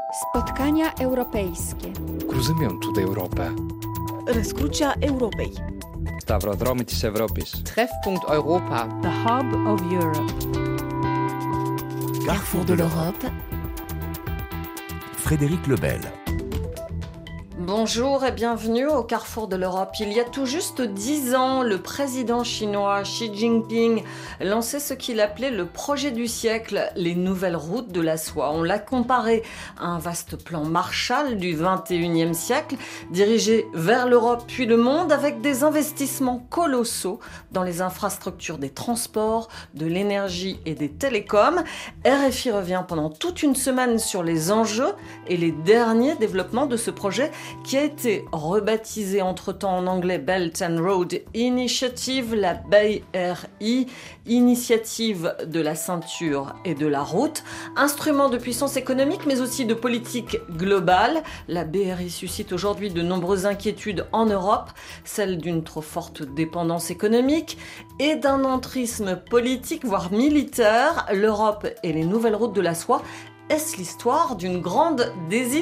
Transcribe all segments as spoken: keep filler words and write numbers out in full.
Spotkania europejskie. Cruzymiąt Europę. Răscrucea Europei. Stavrodromitis Europis. Treffpunkt Europa. The Hub of Europe. Carrefour de l'Europe. Frédéric Lebel. Bonjour et bienvenue au Carrefour de l'Europe. Il y a tout juste dix ans, le président chinois Xi Jinping lançait ce qu'il appelait le projet du siècle, les nouvelles routes de la soie. On l'a comparé à un vaste plan Marshall du vingt et unième siècle, dirigé vers l'Europe puis le monde avec des investissements colossaux dans les infrastructures des transports, de l'énergie et des télécoms. R F I revient pendant toute une semaine sur les enjeux et les derniers développements de ce projet qui a été rebaptisé entre-temps en anglais Belt and Road Initiative, la B R I, Initiative de la ceinture et de la route, instrument de puissance économique mais aussi de politique globale. La B R I suscite aujourd'hui de nombreuses inquiétudes en Europe, celle d'une trop forte dépendance économique et d'un entrisme politique, voire militaire. L'Europe et les nouvelles routes de la soie, est-ce l'histoire d'une grande désillusion ?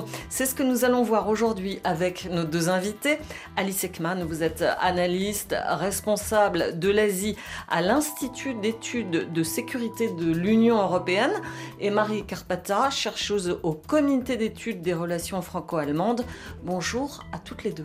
C'est ce que nous allons voir aujourd'hui avec nos deux invités. Alice Ekman, vous êtes analyste, responsable de l'Asie à l'Institut d'études de sécurité de l'Union européenne, et Marie Carpata, chercheuse au Comité d'études des relations franco-allemandes. Bonjour à toutes les deux.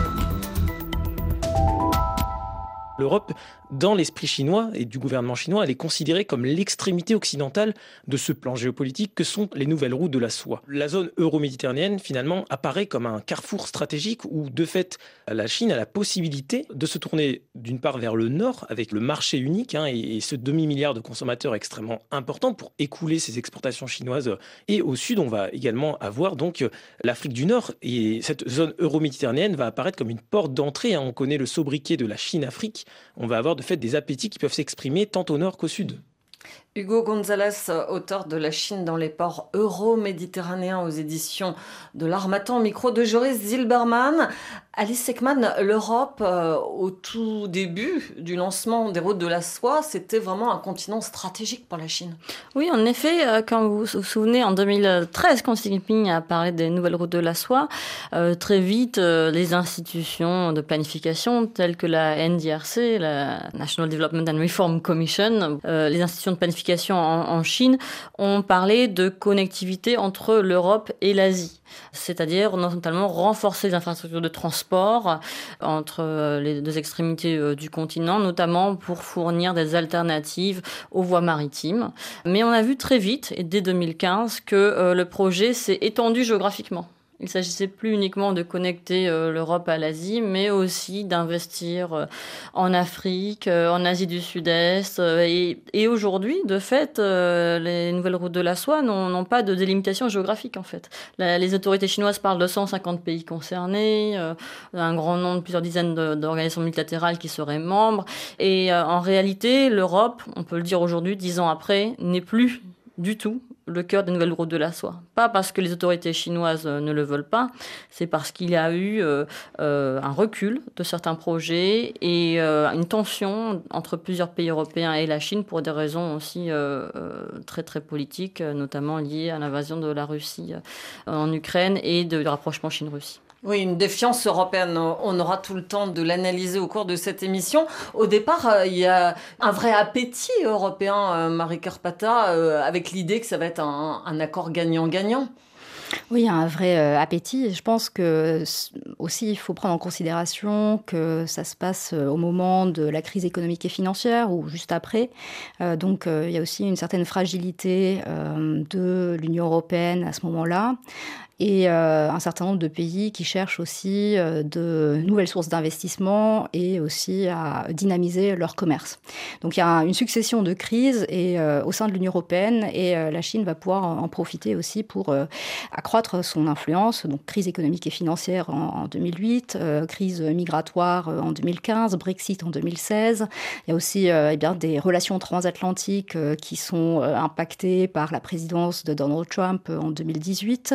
L'Europe, dans l'esprit chinois et du gouvernement chinois, elle est considérée comme l'extrémité occidentale de ce plan géopolitique que sont les nouvelles routes de la soie. La zone euro-méditerranéenne, finalement, apparaît comme un carrefour stratégique où, de fait, la Chine a la possibilité de se tourner d'une part vers le nord, avec le marché unique hein, et, et ce demi-milliard de consommateurs extrêmement important pour écouler ses exportations chinoises. Et au sud, on va également avoir donc l'Afrique du Nord. Et cette zone euro-méditerranéenne va apparaître comme une porte d'entrée. Hein. On connaît le sobriquet de la Chine-Afrique. On va avoir de fait des appétits qui peuvent s'exprimer tant au nord qu'au sud. Hugo González, auteur de La Chine dans les ports euro-méditerranéens aux éditions de l'Harmattan, micro de Joris Zilberman. Alice Ekman, l'Europe, euh, au tout début du lancement des routes de la soie, c'était vraiment un continent stratégique pour la Chine. Oui, en effet, euh, quand vous vous souvenez, en deux mille treize, quand Xi Jinping a parlé des nouvelles routes de la soie, euh, très vite, euh, les institutions de planification telles que la N D R C, la National Development and Reform Commission, euh, les institutions de planification en, en Chine, ont parlé de connectivité entre l'Europe et l'Asie. C'est-à-dire notamment renforcer les infrastructures de transport entre les deux extrémités du continent, notamment pour fournir des alternatives aux voies maritimes. Mais on a vu très vite, et dès deux mille quinze, que le projet s'est étendu géographiquement. Il ne s'agissait plus uniquement de connecter euh, l'Europe à l'Asie, mais aussi d'investir euh, en Afrique, euh, en Asie du Sud-Est. Euh, et, et aujourd'hui, de fait, euh, les nouvelles routes de la soie n'ont, n'ont pas de délimitation géographique, en fait. La, les autorités chinoises parlent de cent cinquante pays concernés, euh, un grand nombre, plusieurs dizaines de, d'organisations multilatérales qui seraient membres. Et euh, en réalité, l'Europe, on peut le dire aujourd'hui, dix ans après, n'est plus du tout le cœur des nouvelles routes de la soie. Pas parce que les autorités chinoises ne le veulent pas, c'est parce qu'il y a eu euh, euh, un recul de certains projets et euh, une tension entre plusieurs pays européens et la Chine pour des raisons aussi euh, euh, très très politiques, notamment liées à l'invasion de la Russie euh, en Ukraine et de, du rapprochement Chine-Russie. Oui, une défiance européenne. On aura tout le temps de l'analyser au cours de cette émission. Au départ, euh, il y a un vrai appétit européen, euh, Marie Carpata, euh, avec l'idée que ça va être un, un accord gagnant-gagnant. Oui, il y a un vrai euh, appétit. Je pense que aussi il faut prendre en considération que ça se passe au moment de la crise économique et financière ou juste après. Euh, donc euh, il y a aussi une certaine fragilité euh, de l'Union européenne à ce moment-là. Et euh, un certain nombre de pays qui cherchent aussi euh, de nouvelles sources d'investissement et aussi à dynamiser leur commerce. Donc il y a une succession de crises et, euh, au sein de l'Union européenne et euh, la Chine va pouvoir en profiter aussi pour euh, accroître son influence. Donc crise économique et financière en, en deux mille huit, euh, crise migratoire en deux mille quinze, Brexit en deux mille seize. Il y a aussi euh, eh bien, des relations transatlantiques euh, qui sont euh, impactées par la présidence de Donald Trump en deux mille dix-huit.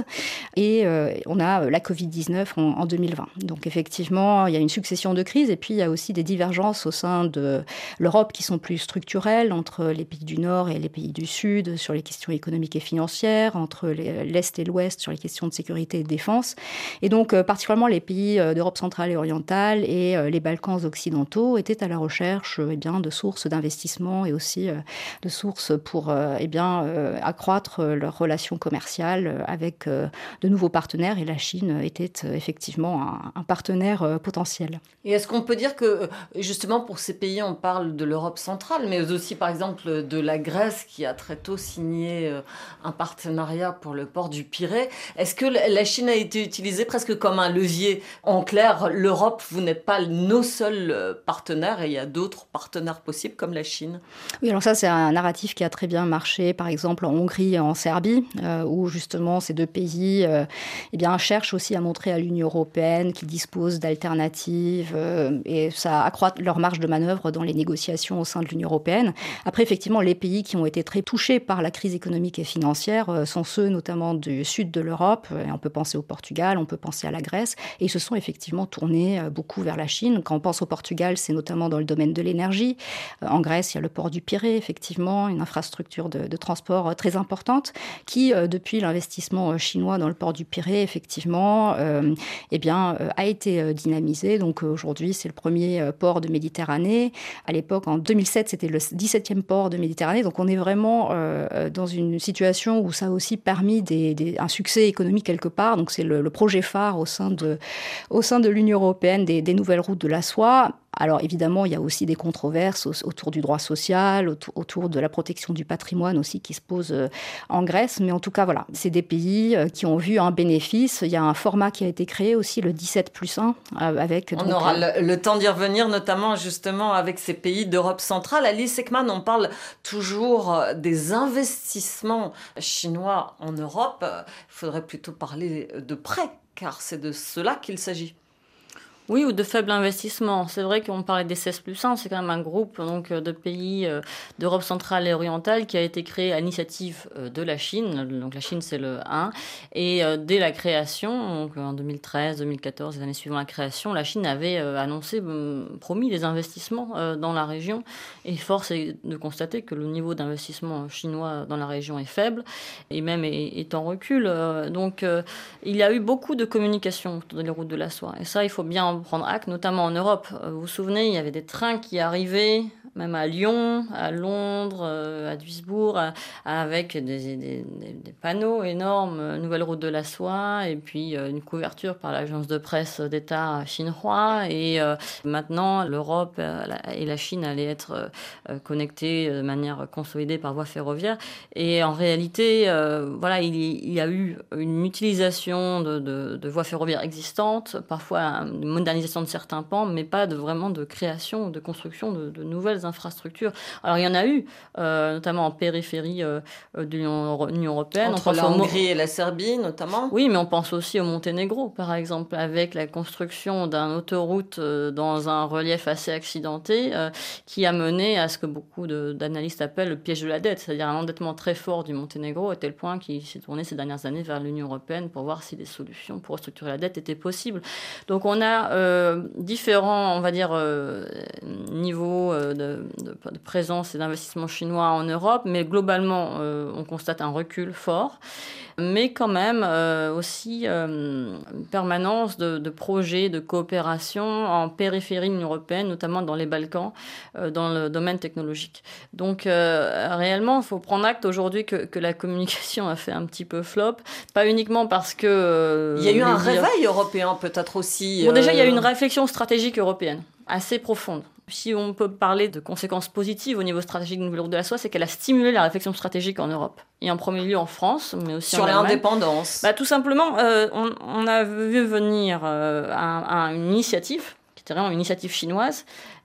Et euh, on a la covid dix-neuf en, en deux mille vingt. Donc effectivement, il y a une succession de crises et puis il y a aussi des divergences au sein de l'Europe qui sont plus structurelles entre les pays du Nord et les pays du Sud sur les questions économiques et financières, entre les, l'Est et l'Ouest sur les questions de sécurité et de défense. Et donc euh, particulièrement les pays euh, d'Europe centrale et orientale et euh, les Balkans occidentaux étaient à la recherche euh, eh bien, de sources d'investissement et aussi euh, de sources pour euh, eh bien, euh, accroître euh, leurs relations commerciales euh, avec euh, de nouveaux partenaires. Et la Chine était euh, effectivement un, un partenaire euh, potentiel. Et est-ce qu'on peut dire que, justement, pour ces pays, on parle de l'Europe centrale, mais aussi, par exemple, de la Grèce, qui a très tôt signé un partenariat pour le port du Pirée. Est-ce que la Chine a été utilisée presque comme un levier? En clair, l'Europe, vous n'êtes pas nos seuls partenaires, et il y a d'autres partenaires possibles, comme la Chine. Oui, alors ça, c'est un narratif qui a très bien marché, par exemple, en Hongrie et en Serbie, euh, où justement, ces deux pays euh, eh bien, cherchent aussi à montrer à l'Union européenne qu'ils disposent d'alternatives, euh, et ça accroît leur marge de manœuvre dans les négociations au sein de l'Union européenne. Après, effectivement, les pays qui ont été très touchés par la crise économique et financière euh, sont ceux notamment du sud de l'Europe. Et on peut penser au Portugal, on peut penser à la Grèce. Et ils se sont effectivement tournés euh, beaucoup vers la Chine. Quand on pense au Portugal, c'est notamment dans le domaine de l'énergie. Euh, en Grèce, il y a le port du Pirée, effectivement, une infrastructure de, de transport euh, très importante qui, euh, depuis l'investissement euh, chinois dans le port du Pirée, effectivement, euh, eh bien, euh, a été euh, dynamisé. Donc euh, aujourd'hui, c'est le premier euh, port de Méditerranée. À l'époque, en deux mille sept, c'était le dix-septième port de Méditerranée. Donc on est vraiment euh, dans une situation où ça a aussi permis des, des, un succès économique quelque part. Donc c'est le, le projet phare au sein de, au sein de l'Union européenne des, des nouvelles routes de la soie. Alors évidemment, il y a aussi des controverses autour du droit social, autour de la protection du patrimoine aussi qui se posent en Grèce. Mais en tout cas, voilà, c'est des pays qui ont vu un bénéfice. Il y a un format qui a été créé aussi, le dix-sept plus un, avec... On donc, aura le, le temps d'y revenir, notamment justement avec ces pays d'Europe centrale. Alice Ekman, on parle toujours des investissements chinois en Europe. Il faudrait plutôt parler de prêts, car c'est de cela qu'il s'agit. Oui, ou de faibles investissements. C'est vrai qu'on parlait des seize plus un, c'est quand même un groupe donc, de pays euh, d'Europe centrale et orientale qui a été créé à l'initiative euh, de la Chine. Donc la Chine, c'est le un. Et euh, dès la création, donc en deux mille treize, deux mille quatorze, les années suivant la création, la Chine avait euh, annoncé, euh, promis des investissements euh, dans la région. Et force est de constater que le niveau d'investissement chinois dans la région est faible et même est, est en recul. Euh, donc euh, il y a eu beaucoup de communication autour des routes de la soie. Et ça, il faut bien en prendre acte, notamment en Europe. Vous vous souvenez, il y avait des trains qui arrivaient, même à Lyon, à Londres, à Duisbourg, à, avec des, des, des panneaux énormes, nouvelle route de la soie, et puis une couverture par l'agence de presse d'État Xinhua. Et euh, maintenant, l'Europe et la Chine allaient être euh, connectées de manière consolidée par voie ferroviaire. Et en réalité, euh, voilà, il, il y a eu une utilisation de, de, de voies ferroviaires existantes, parfois une modernisation de certains pans, mais pas de, vraiment de création ou de construction de, de nouvelles infrastructures. Alors il y en a eu, euh, notamment en périphérie euh, de l'Union européenne. Entre la Hongrie et la Serbie, notamment. Oui, mais on pense aussi au Monténégro, par exemple, avec la construction d'une autoroute euh, dans un relief assez accidenté, euh, qui a mené à ce que beaucoup de, d'analystes appellent le piège de la dette, c'est-à-dire un endettement très fort du Monténégro, à tel point qu'il s'est tourné ces dernières années vers l'Union européenne pour voir si des solutions pour restructurer la dette étaient possibles. Donc on a euh, différents, on va dire, euh, niveaux euh, de, de, de présence et d'investissement chinois en Europe, mais globalement, euh, on constate un recul fort, mais quand même euh, aussi euh, une permanence de, de projets de coopération en périphérie de l'Union européenne, notamment dans les Balkans, euh, dans le domaine technologique. Donc euh, réellement, il faut prendre acte aujourd'hui que, que la communication a fait un petit peu flop, pas uniquement parce que... Euh, il y a eu un réveil européen peut-être aussi. Bon, déjà, il y a eu une réflexion stratégique européenne assez profonde. Si on peut parler de conséquences positives au niveau stratégique de Nouvelle Route de la Soie, c'est qu'elle a stimulé la réflexion stratégique en Europe. Et en premier lieu en France, mais aussi sur en Allemagne. Sur l'indépendance. Bah, tout simplement, euh, on, on a vu venir euh, un, un, une initiative, qui était vraiment une initiative chinoise,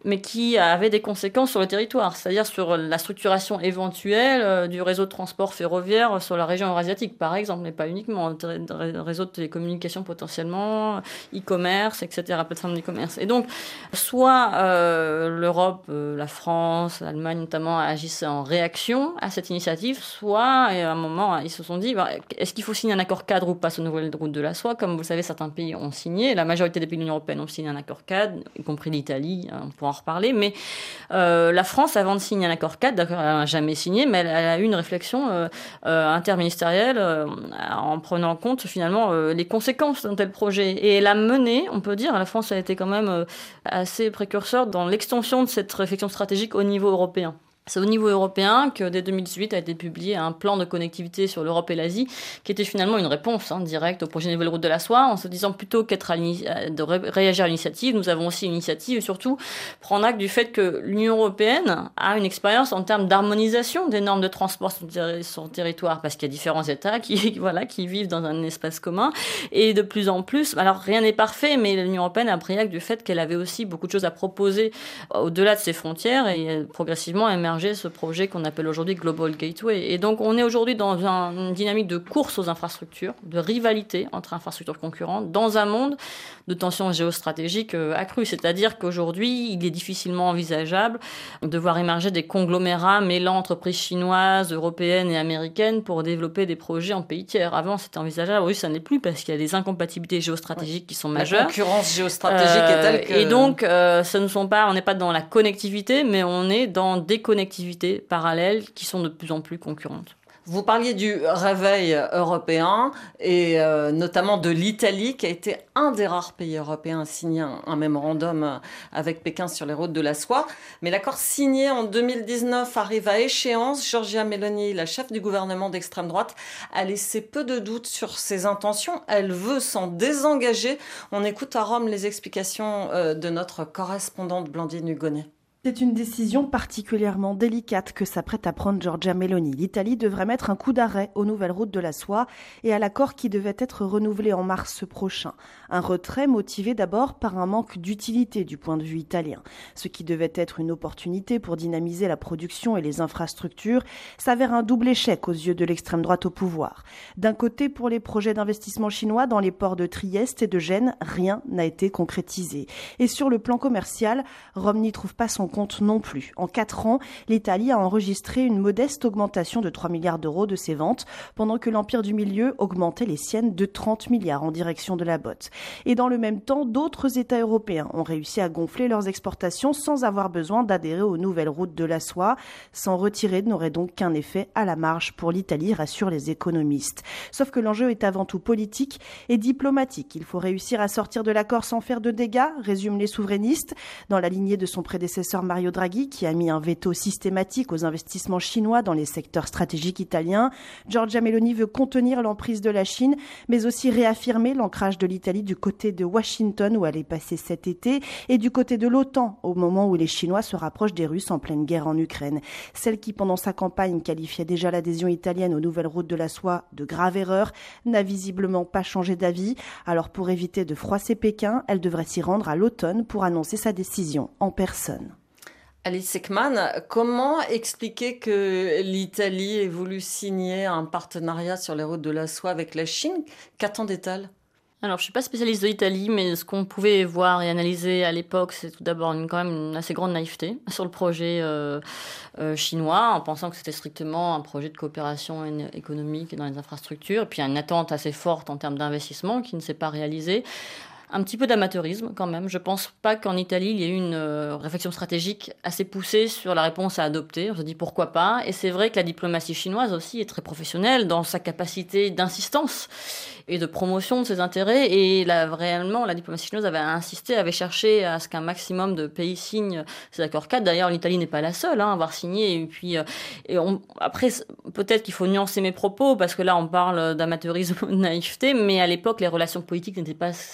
mais qui avait des conséquences sur le territoire, c'est-à-dire sur la structuration éventuelle du réseau de transport ferroviaire sur la région eurasiatique, par exemple, mais pas uniquement, réseau de télécommunications potentiellement, e-commerce, et cetera, plateforme d'e-commerce. Et donc, soit euh, l'Europe, euh, la France, l'Allemagne notamment, agissaient en réaction à cette initiative, soit, et à un moment, ils se sont dit, bah, est-ce qu'il faut signer un accord cadre ou pas sur la nouvelle route de la soie? Comme vous le savez, certains pays ont signé, la majorité des pays de l'Union européenne ont signé un accord cadre, y compris l'Italie, on pourra en reparler, mais euh, la France, avant de signer un accord cadre, d'accord, elle n'a jamais signé, mais elle, elle a eu une réflexion euh, euh, interministérielle euh, en prenant en compte finalement euh, les conséquences d'un tel projet. Et elle a mené, on peut dire, la France a été quand même euh, assez précurseur dans l'extension de cette réflexion stratégique au niveau européen. C'est au niveau européen que, dès deux mille dix-huit, a été publié un plan de connectivité sur l'Europe et l'Asie, qui était finalement une réponse hein, directe au projet Nouvelle Route de la Soie, en se disant plutôt qu'être à de ré- réagir à l'initiative, nous avons aussi une initiative, et surtout prendre acte du fait que l'Union européenne a une expérience en termes d'harmonisation des normes de transport sur son territoire, parce qu'il y a différents États qui, voilà, qui vivent dans un espace commun, et de plus en plus, alors rien n'est parfait, mais l'Union européenne a pris acte du fait qu'elle avait aussi beaucoup de choses à proposer au-delà de ses frontières, et progressivement émergé ce projet qu'on appelle aujourd'hui Global Gateway. Et donc, on est aujourd'hui dans un, une dynamique de course aux infrastructures, de rivalité entre infrastructures concurrentes, dans un monde de tensions géostratégiques euh, accrues. C'est-à-dire qu'aujourd'hui, il est difficilement envisageable de voir émerger des conglomérats mêlant entreprises chinoises, européennes et américaines pour développer des projets en pays tiers. Avant, c'était envisageable. Aujourd'hui, ça n'est plus parce qu'il y a des incompatibilités géostratégiques ouais. qui sont majeures. La concurrence géostratégique euh, est telle que... Et donc, euh, ce ne sont pas, on n'est pas dans la connectivité, mais on est dans des connectivités parallèles qui sont de plus en plus concurrentes. Vous parliez du réveil européen et euh, notamment de l'Italie qui a été un des rares pays européens à signer un, un mémorandum avec Pékin sur les routes de la soie. Mais l'accord signé en deux mille dix-neuf arrive à échéance. Giorgia Meloni, la chef du gouvernement d'extrême droite, a laissé peu de doutes sur ses intentions. Elle veut s'en désengager. On écoute à Rome les explications euh, de notre correspondante Blandine Hugonnet. C'est une décision particulièrement délicate que s'apprête à prendre Giorgia Meloni. L'Italie devrait mettre un coup d'arrêt aux nouvelles routes de la soie et à l'accord qui devait être renouvelé en mars prochain. Un retrait motivé d'abord par un manque d'utilité du point de vue italien. Ce qui devait être une opportunité pour dynamiser la production et les infrastructures s'avère un double échec aux yeux de l'extrême droite au pouvoir. D'un côté, pour les projets d'investissement chinois dans les ports de Trieste et de Gênes, rien n'a été concrétisé. Et sur le plan commercial, Rome n'y trouve pas son compte non plus. En quatre ans, l'Italie a enregistré une modeste augmentation de trois milliards d'euros de ses ventes, pendant que l'Empire du Milieu augmentait les siennes de trente milliards en direction de la botte. Et dans le même temps, d'autres États européens ont réussi à gonfler leurs exportations sans avoir besoin d'adhérer aux nouvelles routes de la soie. S'en retirer n'aurait donc qu'un effet à la marge pour l'Italie, rassurent les économistes. Sauf que l'enjeu est avant tout politique et diplomatique. Il faut réussir à sortir de l'accord sans faire de dégâts, résument les souverainistes, dans la lignée de son prédécesseur Mario Draghi, qui a mis un veto systématique aux investissements chinois dans les secteurs stratégiques italiens. Giorgia Meloni veut contenir l'emprise de la Chine, mais aussi réaffirmer l'ancrage de l'Italie du côté de Washington, où elle est passée cet été, et du côté de l'OTAN, au moment où les Chinois se rapprochent des Russes en pleine guerre en Ukraine. Celle qui, pendant sa campagne, qualifiait déjà l'adhésion italienne aux nouvelles routes de la soie de grave erreur, n'a visiblement pas changé d'avis. Alors, pour éviter de froisser Pékin, elle devrait s'y rendre à l'automne pour annoncer sa décision en personne. Alice Ekman, comment expliquer que l'Italie ait voulu signer un partenariat sur les routes de la soie avec la Chine? Qu'attendait-elle? Alors, je ne suis pas spécialiste de l'Italie, mais ce qu'on pouvait voir et analyser à l'époque, c'est tout d'abord une, quand même une assez grande naïveté sur le projet euh, euh, chinois, en pensant que c'était strictement un projet de coopération économique dans les infrastructures, et puis une attente assez forte en termes d'investissement qui ne s'est pas réalisée. Un petit peu d'amateurisme quand même. Je ne pense pas qu'en Italie, il y ait eu une euh, réflexion stratégique assez poussée sur la réponse à adopter. On se dit pourquoi pas. Et c'est vrai que la diplomatie chinoise aussi est très professionnelle dans sa capacité d'insistance et de promotion de ses intérêts. Et là, réellement, la diplomatie chinoise avait insisté, avait cherché à ce qu'un maximum de pays signent ces accords cadres. D'ailleurs, l'Italie n'est pas la seule hein, à avoir signé. Et puis, euh, et on, après, peut-être qu'il faut nuancer mes propos parce que là, on parle d'amateurisme, de naïveté. Mais à l'époque, les relations politiques n'étaient pas celles qu'elles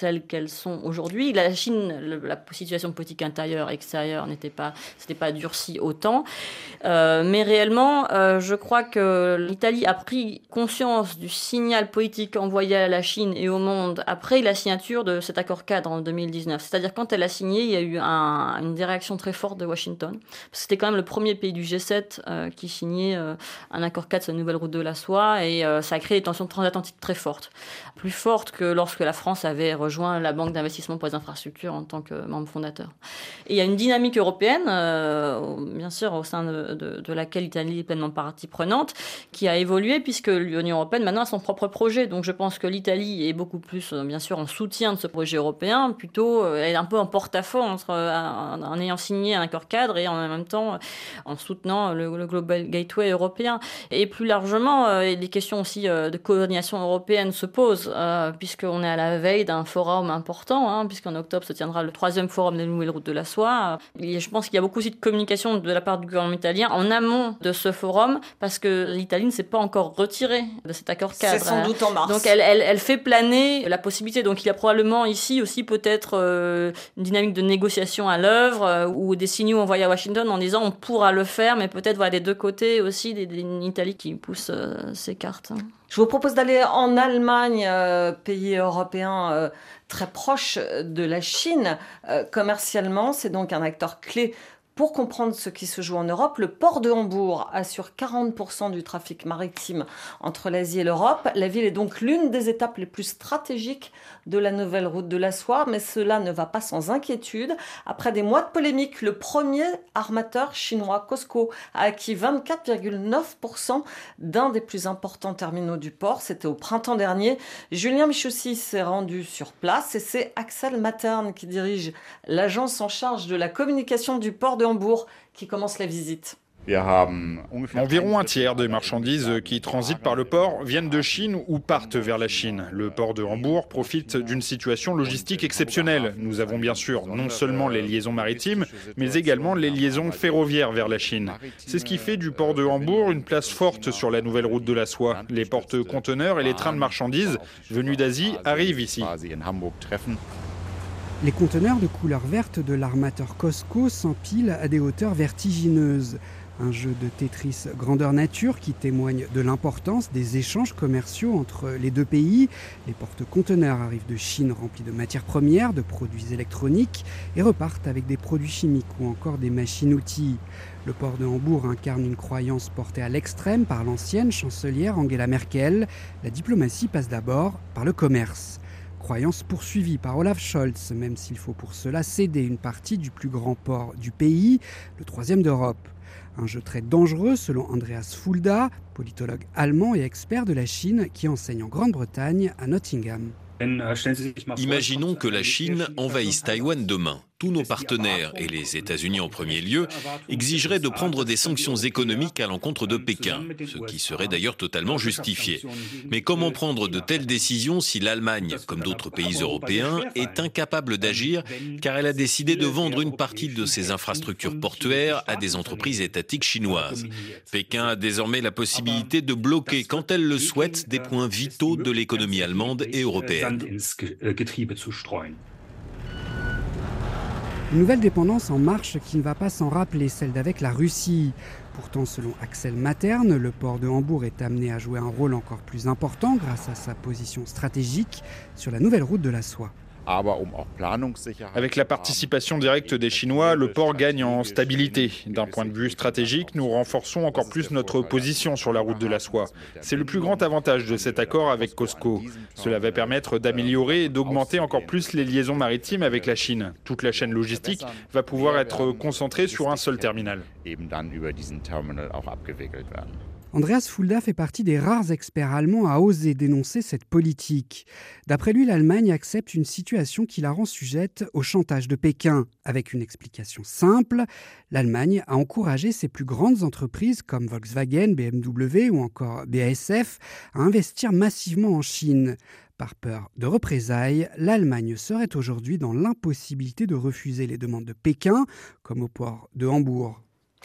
sont aujourd'hui. La Chine, le, la situation politique intérieure, extérieure n'était pas, c'était pas durci autant. Euh, mais réellement, euh, je crois que l'Italie a pris conscience du signal politique envoyé à la Chine et au monde après la signature de cet accord cadre en deux mille dix-neuf. C'est-à-dire quand elle a signé, il y a eu un, une réaction très forte de Washington. C'était quand même le premier pays du G sept euh, qui signait euh, un accord cadre sur la nouvelle route de la soie et euh, ça a créé des tensions transatlantiques très fortes. Plus fortes que lorsque la France avait rejoint la Banque d'investissement pour les infrastructures en tant que membre fondateur. Et il y a une dynamique européenne, euh, bien sûr, au sein de, de, de laquelle l'Italie est pleinement partie prenante, qui a évolué puisque l'Union européenne maintenant a son propre projet. Donc je pense que l'Italie est beaucoup plus, bien sûr, en soutien de ce projet européen, plutôt elle est un peu en porte-à-faux entre, en, en ayant signé un accord cadre et en même temps en soutenant le, le Global Gateway européen. Et plus largement, euh, les questions aussi euh, de coordination européenne se posent, euh, puisqu'on est à la veille d'un forum important, hein, puisqu'en octobre se tiendra le troisième forum des nouvelles routes de la soie. Et je pense qu'il y a beaucoup aussi de communication de la part du gouvernement italien en amont de ce forum, parce que l'Italie ne s'est pas encore retirée de cet accord cadre. C'est sans doute en mars. Donc elle, elle, elle fait planer la possibilité. Donc il y a probablement ici aussi peut-être euh, une dynamique de négociation à l'œuvre, euh, ou des signaux envoyés à Washington en disant on pourra le faire, mais peut-être voilà, des deux côtés aussi, des, des, une Italie qui pousse euh, ses cartes. Je vous propose d'aller en Allemagne, euh, pays européen euh, très proche de la Chine. Euh, commercialement, c'est donc un acteur clé pour comprendre ce qui se joue en Europe. Le port de Hambourg assure quarante pour cent du trafic maritime entre l'Asie et l'Europe. La ville est donc l'une des étapes les plus stratégiques de la nouvelle route de la soie, mais cela ne va pas sans inquiétude. Après des mois de polémique, le premier armateur chinois, COSCO, a acquis vingt-quatre virgule neuf pour cent d'un des plus importants terminaux du port. C'était au printemps dernier. Julien Michoussi s'est rendu sur place et c'est Axel Matern qui dirige l'agence en charge de la communication du port de Hambourg qui commence la visite. Environ un tiers des marchandises qui transitent par le port viennent de Chine ou partent vers la Chine. Le port de Hambourg profite d'une situation logistique exceptionnelle. Nous avons bien sûr non seulement les liaisons maritimes, mais également les liaisons ferroviaires vers la Chine. C'est ce qui fait du port de Hambourg une place forte sur la nouvelle route de la soie. Les porte-conteneurs et les trains de marchandises venus d'Asie arrivent ici. Les conteneurs de couleur verte de l'armateur COSCO s'empilent à des hauteurs vertigineuses. Un jeu de Tetris grandeur nature qui témoigne de l'importance des échanges commerciaux entre les deux pays. Les porte-conteneurs arrivent de Chine remplis de matières premières, de produits électroniques et repartent avec des produits chimiques ou encore des machines-outils. Le port de Hambourg incarne une croyance portée à l'extrême par l'ancienne chancelière Angela Merkel. La diplomatie passe d'abord par le commerce. Croyance poursuivie par Olaf Scholz, même s'il faut pour cela céder une partie du plus grand port du pays, le troisième d'Europe. Un jeu très dangereux selon Andreas Fulda, politologue allemand et expert de la Chine qui enseigne en Grande-Bretagne à Nottingham. Imaginons que la Chine envahisse Taïwan demain. Tous nos partenaires, et les États-Unis en premier lieu, exigeraient de prendre des sanctions économiques à l'encontre de Pékin, ce qui serait d'ailleurs totalement justifié. Mais comment prendre de telles décisions si l'Allemagne, comme d'autres pays européens, est incapable d'agir car elle a décidé de vendre une partie de ses infrastructures portuaires à des entreprises étatiques chinoises. Pékin a désormais la possibilité de bloquer, quand elle le souhaite, des points vitaux de l'économie allemande et européenne. Une nouvelle dépendance en marche qui ne va pas s'en rappeler, celle d'avec la Russie. Pourtant, selon Axel Matern, le port de Hambourg est amené à jouer un rôle encore plus important grâce à sa position stratégique sur la nouvelle route de la soie. Avec la participation directe des Chinois, le port gagne en stabilité. D'un point de vue stratégique, nous renforçons encore plus notre position sur la route de la soie. C'est le plus grand avantage de cet accord avec COSCO. Cela va permettre d'améliorer et d'augmenter encore plus les liaisons maritimes avec la Chine. Toute la chaîne logistique va pouvoir être concentrée sur un seul terminal. Andreas Fulda fait partie des rares experts allemands à oser dénoncer cette politique. D'après lui, l'Allemagne accepte une situation qui la rend sujette au chantage de Pékin. Avec une explication simple, l'Allemagne a encouragé ses plus grandes entreprises comme Volkswagen, B M W ou encore B A S F à investir massivement en Chine. Par peur de représailles, l'Allemagne serait aujourd'hui dans l'impossibilité de refuser les demandes de Pékin, comme au port de Hambourg.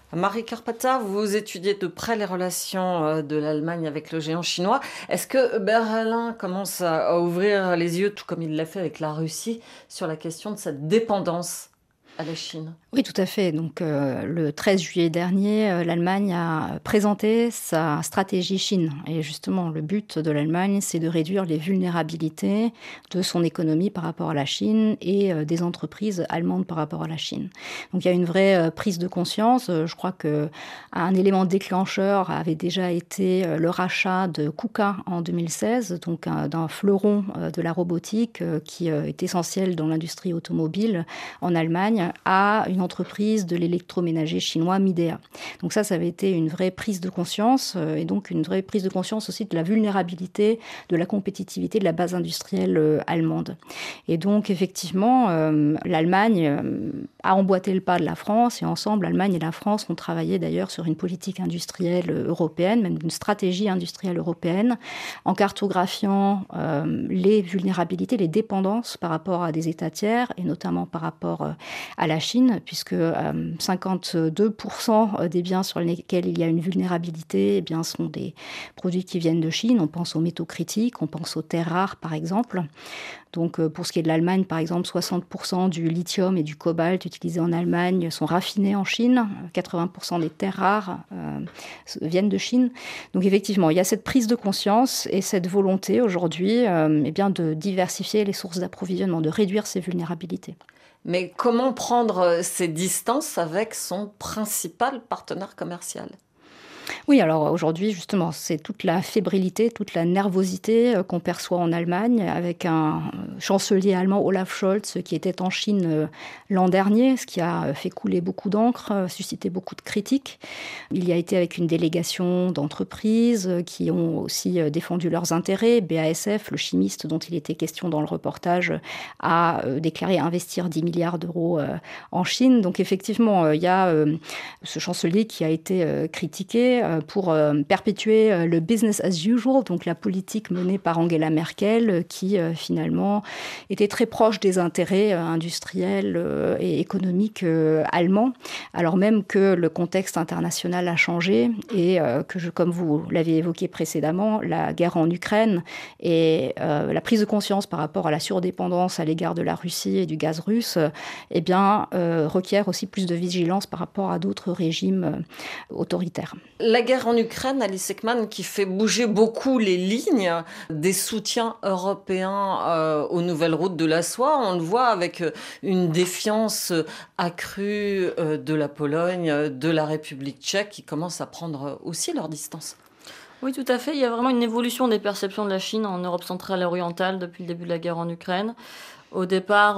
Marie Carpata, vous étudiez de près les relations de l'Allemagne avec le géant chinois. Est-ce que Berlin commence à ouvrir les yeux, tout comme il l'a fait avec la Russie, sur la question de cette dépendance à la Chine? Oui, tout à fait. Donc, euh, le treize juillet dernier, euh, l'Allemagne a présenté sa stratégie Chine. Et justement, le but de l'Allemagne, c'est de réduire les vulnérabilités de son économie par rapport à la Chine et euh, des entreprises allemandes par rapport à la Chine. Donc, il y a une vraie euh, prise de conscience. Euh, je crois qu'un élément déclencheur avait déjà été euh, le rachat de KUKA en deux mille seize, donc euh, d'un fleuron euh, de la robotique euh, qui euh, est essentiel dans l'industrie automobile en Allemagne, à une entreprise de l'électroménager chinois Midea. Donc ça, ça avait été une vraie prise de conscience euh, et donc une vraie prise de conscience aussi de la vulnérabilité, de la compétitivité de la base industrielle euh, allemande. Et donc effectivement, euh, l'Allemagne euh, a emboîté le pas de la France et ensemble, l'Allemagne et la France ont travaillé d'ailleurs sur une politique industrielle européenne, même une stratégie industrielle européenne, en cartographiant euh, les vulnérabilités, les dépendances par rapport à des États tiers et notamment par rapport euh, à la Chine, puisque euh, cinquante-deux pour cent des biens sur lesquels il y a une vulnérabilité eh bien, sont des produits qui viennent de Chine. On pense aux métaux critiques, on pense aux terres rares, par exemple. Donc, euh, pour ce qui est de l'Allemagne, par exemple, soixante pour cent du lithium et du cobalt utilisés en Allemagne sont raffinés en Chine. quatre-vingts pour cent des terres rares euh, viennent de Chine. Donc, effectivement, il y a cette prise de conscience et cette volonté aujourd'hui euh, eh bien, de diversifier les sources d'approvisionnement, de réduire ces vulnérabilités. Mais comment prendre ses distances avec son principal partenaire commercial ? Oui, alors aujourd'hui, justement, c'est toute la fébrilité, toute la nervosité qu'on perçoit en Allemagne avec un chancelier allemand, Olaf Scholz, qui était en Chine l'an dernier, ce qui a fait couler beaucoup d'encre, suscité beaucoup de critiques. Il y a été avec une délégation d'entreprises qui ont aussi défendu leurs intérêts. B A S F, le chimiste dont il était question dans le reportage, a déclaré investir dix milliards d'euros en Chine. Donc effectivement, il y a ce chancelier qui a été critiqué pour perpétuer le business as usual, donc la politique menée par Angela Merkel, qui finalement était très proche des intérêts industriels et économiques allemands, alors même que le contexte international a changé et que, je, comme vous l'avez évoqué précédemment, la guerre en Ukraine et la prise de conscience par rapport à la surdépendance à l'égard de la Russie et du gaz russe, eh bien, requiert aussi plus de vigilance par rapport à d'autres régimes autoritaires. La guerre en Ukraine, Alice Ekman, qui fait bouger beaucoup les lignes des soutiens européens euh, aux nouvelles routes de la soie. On le voit avec une défiance accrue euh, de la Pologne, de la République tchèque, qui commencent à prendre aussi leur distance. Oui, tout à fait. Il y a vraiment une évolution des perceptions de la Chine en Europe centrale et orientale depuis le début de la guerre en Ukraine. Au départ,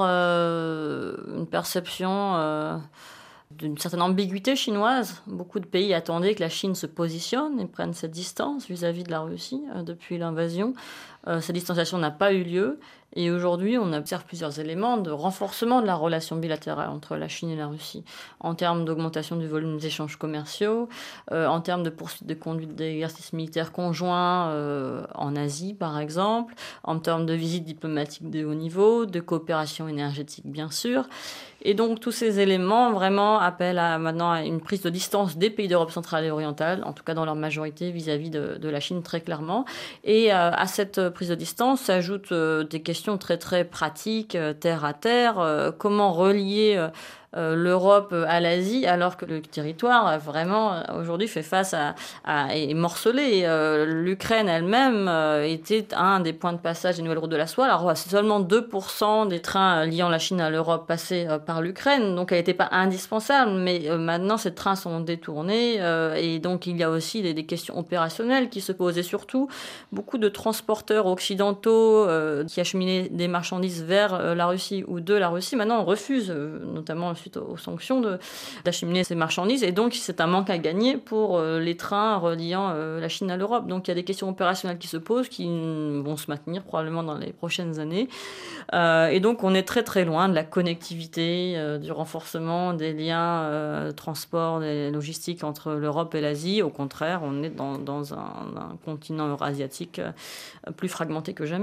euh, une perception... Euh, d'une certaine ambiguïté chinoise. Beaucoup de pays attendaient que la Chine se positionne et prenne cette distance vis-à-vis de la Russie euh, depuis l'invasion. Euh, cette distanciation n'a pas eu lieu. Et aujourd'hui, on observe plusieurs éléments de renforcement de la relation bilatérale entre la Chine et la Russie, en termes d'augmentation du volume des échanges commerciaux, euh, en termes de poursuite de conduite d'exercices militaires conjoints euh, en Asie, par exemple, en termes de visites diplomatiques de haut niveau, de coopération énergétique, bien sûr. Et donc, tous ces éléments vraiment appellent à, maintenant à une prise de distance des pays d'Europe centrale et orientale, en tout cas dans leur majorité vis-à-vis de, de la Chine, très clairement. Et euh, à cette prise de distance s'ajoutent euh, des questions très, très pratiques, euh, terre à terre. Euh, comment relier... Euh, Euh, l'Europe à l'Asie, alors que le territoire euh, vraiment aujourd'hui fait face à, à est morcelé. Et, euh, L'Ukraine elle-même euh, était un des points de passage des nouvelles routes de la soie. Alors c'est seulement deux pour cent des trains liant la Chine à l'Europe passaient euh, par l'Ukraine, donc elle n'était pas indispensable. Mais euh, maintenant ces trains sont détournés euh, et donc il y a aussi des, des questions opérationnelles qui se posent. Et surtout beaucoup de transporteurs occidentaux euh, qui acheminaient des marchandises vers euh, la Russie ou de la Russie maintenant refusent, euh, notamment suite aux sanctions, de, d'acheminer ces marchandises. Et donc, c'est un manque à gagner pour euh, les trains reliant euh, la Chine à l'Europe. Donc, il y a des questions opérationnelles qui se posent, qui vont se maintenir probablement dans les prochaines années. Euh, et donc, on est très, très loin de la connectivité, euh, du renforcement des liens euh, transport, des logistiques entre l'Europe et l'Asie. Au contraire, on est dans, dans un, un continent eurasiatique euh, plus fragmenté que jamais.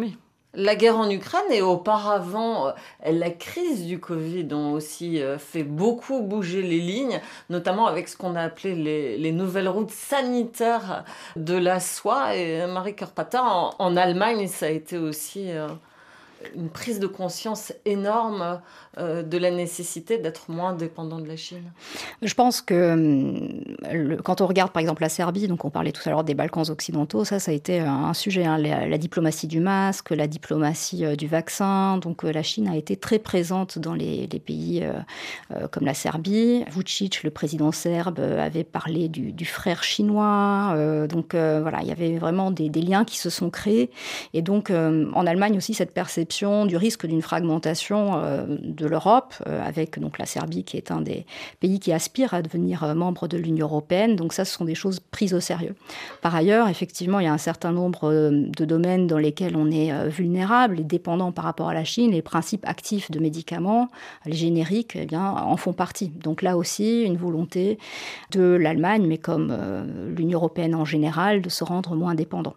La guerre en Ukraine et auparavant, la crise du Covid ont aussi fait beaucoup bouger les lignes, notamment avec ce qu'on a appelé les, les nouvelles routes sanitaires de la soie. Et Marie Carpata, en, en Allemagne, ça a été aussi euh, une prise de conscience énorme euh, de la nécessité d'être moins dépendant de la Chine. Je pense que le, quand on regarde par exemple la Serbie, donc on parlait tout à l'heure des Balkans occidentaux, ça, ça a été un sujet, hein, la, la diplomatie du masque, la diplomatie euh, du vaccin. Donc euh, la Chine a été très présente dans les, les pays euh, euh, comme la Serbie. Vučić, le président serbe, avait parlé du, du frère chinois. Euh, donc euh, voilà, il y avait vraiment des, des liens qui se sont créés. Et donc euh, en Allemagne aussi, cette perception du risque d'une fragmentation euh, de l'Europe, euh, avec donc la Serbie qui est un des pays qui aspire à devenir euh, membre de l'Union européenne. Donc ça, ce sont des choses prises au sérieux. Par ailleurs, effectivement, il y a un certain nombre euh, de domaines dans lesquels on est euh, vulnérable et dépendant par rapport à la Chine. Les principes actifs de médicaments, les génériques, eh bien, en font partie. Donc là aussi, une volonté de l'Allemagne, mais comme euh, l'Union européenne en général, de se rendre moins dépendant.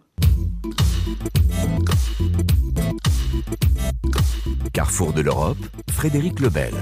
Carrefour de l'Europe, Frédéric Lebel.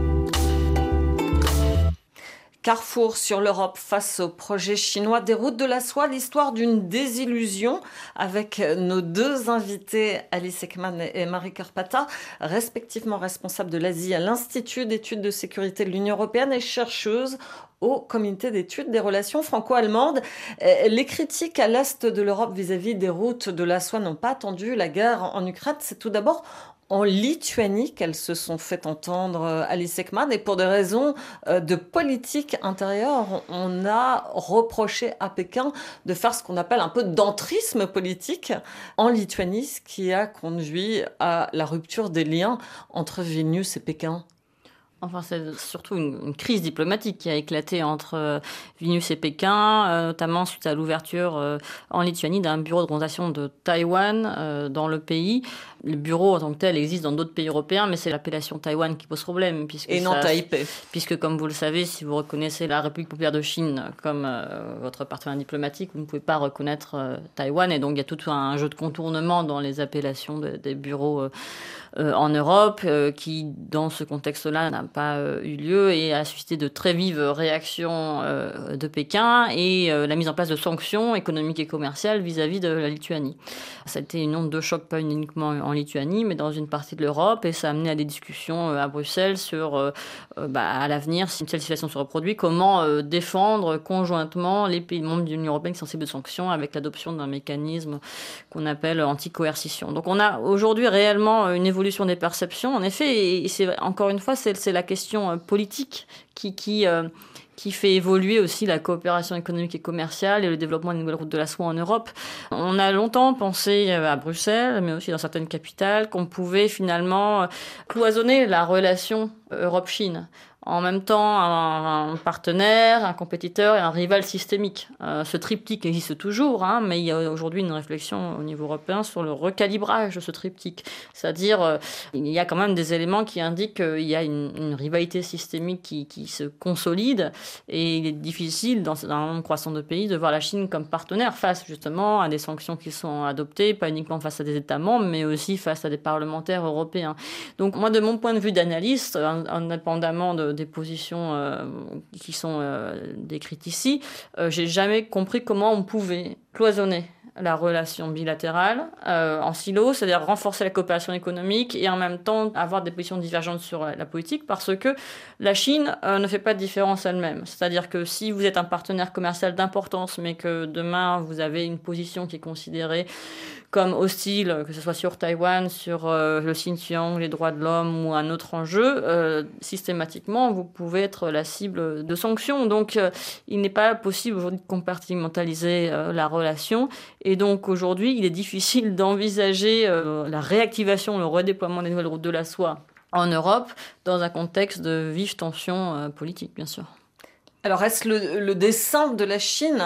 Carrefour sur l'Europe face au projet chinois des routes de la soie, l'histoire d'une désillusion avec nos deux invités, Alice Ekman et Marie Carpata, respectivement responsables de l'Asie à l'Institut d'études de sécurité de l'Union européenne et chercheuses au comité d'études des relations franco-allemandes. Les critiques à l'est de l'Europe vis-à-vis des routes de la soie n'ont pas attendu la guerre en Ukraine. C'est tout d'abord en Lituanie qu'elles se sont fait entendre, Alice Ekman, et pour des raisons de politique intérieure, on a reproché à Pékin de faire ce qu'on appelle un peu d'entrisme politique en Lituanie, ce qui a conduit à la rupture des liens entre Vilnius et Pékin. Enfin, c'est surtout une, une crise diplomatique qui a éclaté entre euh, Vilnius et Pékin, euh, notamment suite à l'ouverture euh, en Lituanie d'un bureau de représentation de Taïwan euh, dans le pays. Le bureau en tant que tel existe dans d'autres pays européens, mais c'est l'appellation Taïwan qui pose problème. Puisque et non ça, Taipei. Puisque, comme vous le savez, si vous reconnaissez la République populaire de Chine comme euh, votre partenaire diplomatique, vous ne pouvez pas reconnaître euh, Taïwan. Et donc, il y a tout un jeu de contournement dans les appellations de, des bureaux euh, euh, en Europe euh, qui, dans ce contexte-là, n'a pas euh, eu lieu et a suscité de très vives réactions euh, de Pékin et euh, la mise en place de sanctions économiques et commerciales vis-à-vis de la Lituanie. Ça a été une onde de choc, pas uniquement en Lituanie, mais dans une partie de l'Europe, et ça a amené à des discussions à Bruxelles sur, euh, bah, à l'avenir, si une telle situation se reproduit, comment euh, défendre conjointement les pays membres de l'Union européenne qui sont cibles de sanctions avec l'adoption d'un mécanisme qu'on appelle anti-coercition. Donc on a aujourd'hui réellement une évolution des perceptions, en effet, et c'est, encore une fois, c'est, c'est la question politique qui... qui euh, qui fait évoluer aussi la coopération économique et commerciale et le développement des nouvelles routes de la soie en Europe. On a longtemps pensé à Bruxelles, mais aussi dans certaines capitales, qu'on pouvait finalement cloisonner la relation Europe-Chine. En même temps, un, un partenaire, un compétiteur et un rival systémique. Euh, ce triptyque existe toujours, hein, mais il y a aujourd'hui une réflexion au niveau européen sur le recalibrage de ce triptyque. C'est-à-dire, euh, il y a quand même des éléments qui indiquent qu'il y a une, une rivalité systémique qui, qui se consolide, et il est difficile, dans un nombre croissant de pays, de voir la Chine comme partenaire face justement à des sanctions qui sont adoptées, pas uniquement face à des États membres, mais aussi face à des parlementaires européens. Donc moi, de mon point de vue d'analyste, indépendamment de des positions euh, qui sont euh, décrites ici, euh, j'ai jamais compris comment on pouvait cloisonner la relation bilatérale euh, en silo, c'est-à-dire renforcer la coopération économique et en même temps avoir des positions divergentes sur la politique, parce que la Chine euh, ne fait pas de différence elle-même. C'est-à-dire que si vous êtes un partenaire commercial d'importance, mais que demain vous avez une position qui est considérée comme hostile, que ce soit sur Taïwan, sur euh, le Xinjiang, les droits de l'homme ou un autre enjeu, euh, systématiquement, vous pouvez être la cible de sanctions. Donc, euh, il n'est pas possible aujourd'hui de compartimentaliser euh, la relation. Et donc, aujourd'hui, il est difficile d'envisager euh, la réactivation, le redéploiement des nouvelles routes de la soie en Europe dans un contexte de vive tension euh, politique, bien sûr. Alors, est-ce le, le dessein de la Chine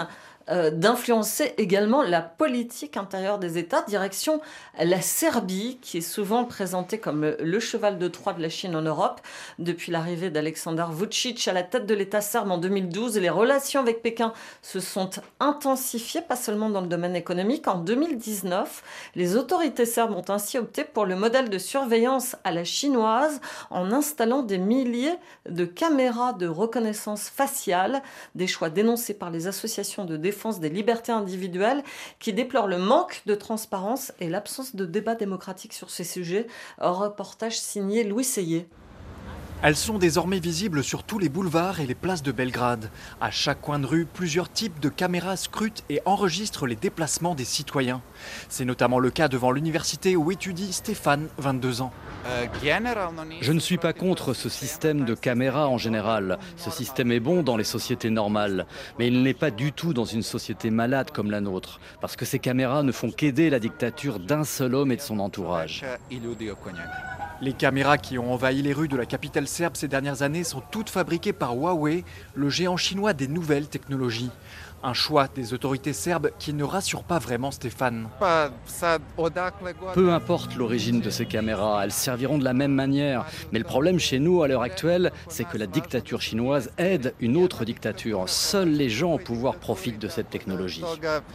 euh, d'influencer également la politique intérieure des États, direction la Serbie, qui est souvent présentée comme le, le cheval de Troie de la Chine en Europe. Depuis l'arrivée d'Aleksandar Vučić à la tête de l'État serbe en deux mille douze, les relations avec Pékin se sont intensifiées, pas seulement dans le domaine économique. En deux mille dix-neuf, les autorités serbes ont ainsi opté pour le modèle de surveillance à la chinoise en installant des milliers de caméras de reconnaissance faciale, des choix dénoncés par les associations de défense des libertés individuelles qui déplorent le manque de transparence et l'absence de débat démocratique sur ces sujets. Reportage signé Louis Seyé. Elles sont désormais visibles sur tous les boulevards et les places de Belgrade. À chaque coin de rue, plusieurs types de caméras scrutent et enregistrent les déplacements des citoyens. C'est notamment le cas devant l'université où étudie Stéphane, vingt-deux ans. Je ne suis pas contre ce système de caméras en général. Ce système est bon dans les sociétés normales. Mais il n'est pas du tout dans une société malade comme la nôtre. Parce que ces caméras ne font qu'aider la dictature d'un seul homme et de son entourage. Les caméras qui ont envahi les rues de la capitale serbe ces dernières années sont toutes fabriquées par Huawei, le géant chinois des nouvelles technologies. Un choix des autorités serbes qui ne rassure pas vraiment Stéphane. Peu importe l'origine de ces caméras, elles serviront de la même manière. Mais le problème chez nous à l'heure actuelle, c'est que la dictature chinoise aide une autre dictature. Seuls les gens au pouvoir profitent de cette technologie.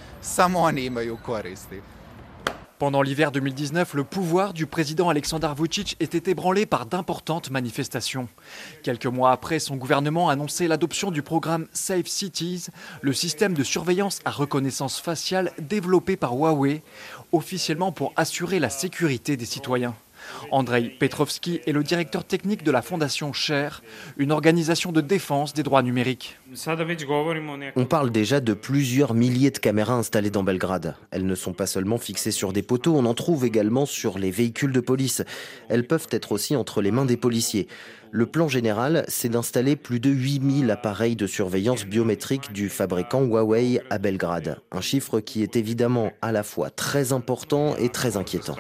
Pendant l'hiver deux mille dix-neuf, le pouvoir du président Aleksandar Vučić était ébranlé par d'importantes manifestations. Quelques mois après, son gouvernement annonçait l'adoption du programme Safe Cities, le système de surveillance à reconnaissance faciale développé par Huawei, officiellement pour assurer la sécurité des citoyens. Andrei Petrovski est le directeur technique de la fondation Share, une organisation de défense des droits numériques. On parle déjà de plusieurs milliers de caméras installées dans Belgrade. Elles ne sont pas seulement fixées sur des poteaux, on en trouve également sur les véhicules de police. Elles peuvent être aussi entre les mains des policiers. Le plan général, c'est d'installer plus de huit mille appareils de surveillance biométrique du fabricant Huawei à Belgrade. Un chiffre qui est évidemment à la fois très important et très inquiétant.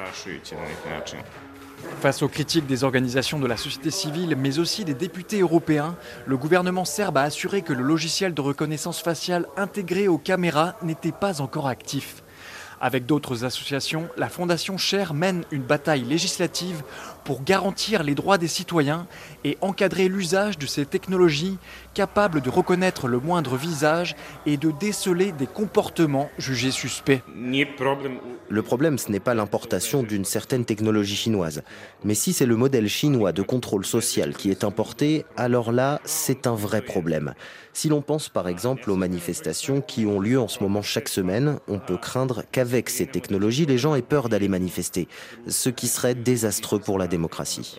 Face aux critiques des organisations de la société civile, mais aussi des députés européens, le gouvernement serbe a assuré que le logiciel de reconnaissance faciale intégré aux caméras n'était pas encore actif. Avec d'autres associations, la Fondation Share mène une bataille législative pour garantir les droits des citoyens et encadrer l'usage de ces technologies capables de reconnaître le moindre visage et de déceler des comportements jugés suspects. Le problème, ce n'est pas l'importation d'une certaine technologie chinoise. Mais si c'est le modèle chinois de contrôle social qui est importé, alors là, c'est un vrai problème. Si l'on pense par exemple aux manifestations qui ont lieu en ce moment chaque semaine, on peut craindre qu'avec ces technologies, les gens aient peur d'aller manifester, ce qui serait désastreux pour la démocratie.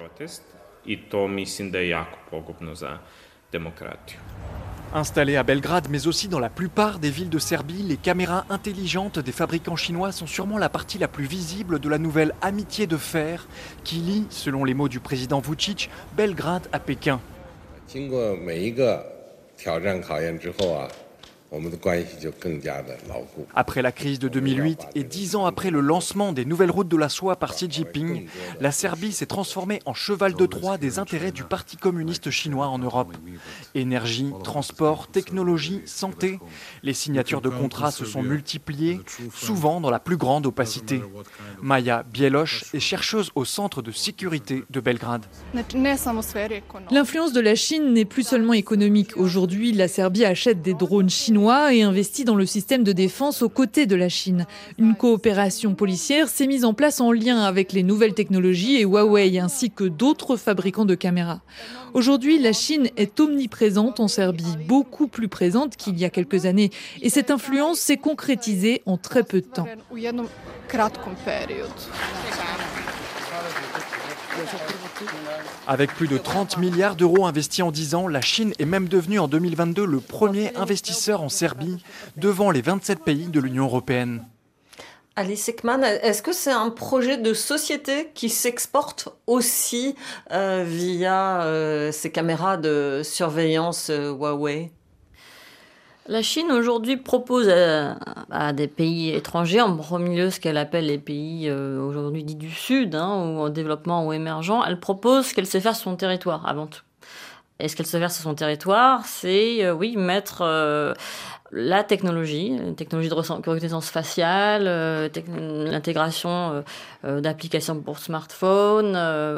Installées à Belgrade, mais aussi dans la plupart des villes de Serbie, les caméras intelligentes des fabricants chinois sont sûrement la partie la plus visible de la nouvelle amitié de fer qui lie, selon les mots du président Vučić, Belgrade à Pékin. Après la crise de deux mille huit et dix ans après le lancement des nouvelles routes de la soie par Xi Jinping, la Serbie s'est transformée en cheval de Troie des intérêts du Parti communiste chinois en Europe. Énergie, transport, technologie, santé, les signatures de contrats se sont multipliées, souvent dans la plus grande opacité. Maya Bielosh est chercheuse au Centre de sécurité de Belgrade. L'influence de la Chine n'est plus seulement économique. Aujourd'hui, la Serbie achète des drones chinois et investit dans le système de défense aux côtés de la Chine. Une coopération policière s'est mise en place en lien avec les nouvelles technologies et Huawei ainsi que d'autres fabricants de caméras. Aujourd'hui, la Chine est omniprésente en Serbie, beaucoup plus présente qu'il y a quelques années. Et cette influence s'est concrétisée en très peu de temps. Avec plus de trente milliards d'euros investis en dix ans, la Chine est même devenue en deux mille vingt-deux le premier investisseur en Serbie, devant les vingt-sept pays de l'Union européenne. Alice Ekman, est-ce que c'est un projet de société qui s'exporte aussi euh, via euh, ces caméras de surveillance euh, Huawei ? La Chine aujourd'hui propose à, à des pays étrangers, en premier lieu ce qu'elle appelle les pays euh, aujourd'hui dits du Sud, hein, ou en développement ou émergents, elle propose ce qu'elle sait faire sur son territoire avant tout. Et ce qu'elle sait faire sur son territoire, c'est euh, oui mettre euh, la technologie, la technologie de reconnaissance faciale, euh, l'intégration euh, euh, d'applications pour smartphone,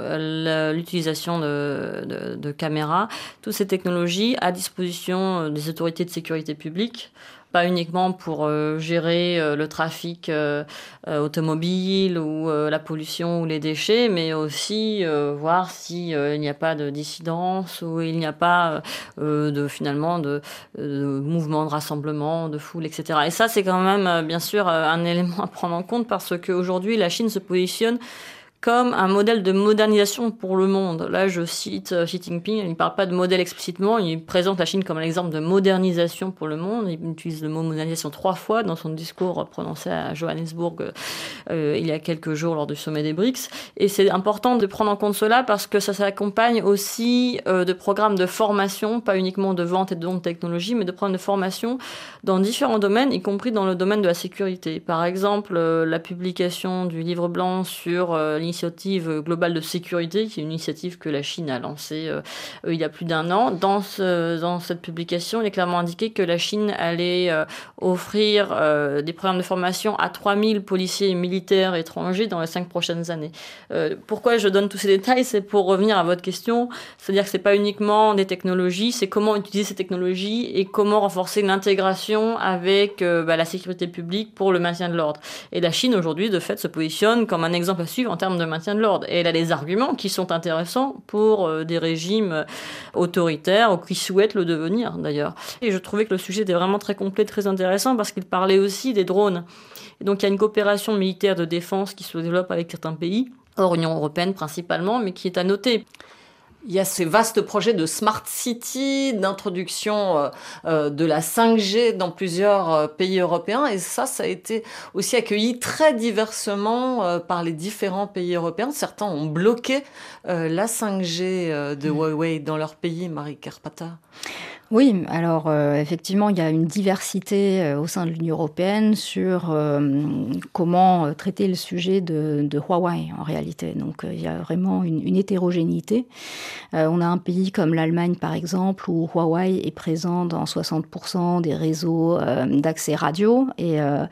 euh, l'utilisation de, de, de caméras, toutes ces technologies à disposition des autorités de sécurité publique, pas uniquement pour euh, gérer euh, le trafic euh, euh, automobile ou euh, la pollution ou les déchets, mais aussi euh, voir si euh, il n'y a pas de dissidence ou il n'y a pas euh, de finalement de, de mouvements de rassemblement, de foule, et cetera. Et ça, c'est quand même euh, bien sûr un élément à prendre en compte parce qu'aujourd'hui, la Chine se positionne comme un modèle de modernisation pour le monde. Là, je cite Xi Jinping, il ne parle pas de modèle explicitement, il présente la Chine comme un exemple de modernisation pour le monde. Il utilise le mot modernisation trois fois dans son discours prononcé à Johannesburg euh, il y a quelques jours lors du sommet des B R I C S. Et c'est important de prendre en compte cela parce que ça s'accompagne aussi euh, de programmes de formation, pas uniquement de vente et de don de technologie, mais de programmes de formation dans différents domaines, y compris dans le domaine de la sécurité. Par exemple, euh, la publication du livre blanc sur euh, l'initiative globale de sécurité, qui est une initiative que la Chine a lancée euh, il y a plus d'un an. Dans, ce, dans cette publication, il est clairement indiqué que la Chine allait euh, offrir euh, des programmes de formation à trois mille policiers et militaires étrangers dans les cinq prochaines années. Euh, pourquoi je donne tous ces détails? C'est pour revenir à votre question, c'est-à-dire que c'est pas uniquement des technologies, c'est comment utiliser ces technologies et comment renforcer l'intégration avec euh, bah, la sécurité publique pour le maintien de l'ordre. Et la Chine, aujourd'hui, de fait, se positionne comme un exemple à suivre en termes de maintien de l'ordre. Et elle a des arguments qui sont intéressants pour euh, des régimes autoritaires ou qui souhaitent le devenir, d'ailleurs. Et je trouvais que le sujet était vraiment très complet, très intéressant parce qu'il parlait aussi des drones. Et donc, il y a une coopération militaire de défense qui se développe avec certains pays, hors Union européenne principalement, mais qui est à noter. Il y a ces vastes projets de Smart City, d'introduction euh, euh, de la cinq G dans plusieurs euh, pays européens. Et ça, ça a été aussi accueilli très diversement euh, par les différents pays européens. Certains ont bloqué euh, la cinq G euh, de Huawei dans leur pays, Marie Carpata. Oui, alors euh, effectivement, il y a une diversité euh, au sein de l'Union européenne sur euh, comment euh, traiter le sujet de, de Huawei en réalité. Donc euh, il y a vraiment une, une hétérogénéité. Euh, on a un pays comme l'Allemagne par exemple où Huawei est présent dans soixante pour cent des réseaux euh, d'accès radio et euh,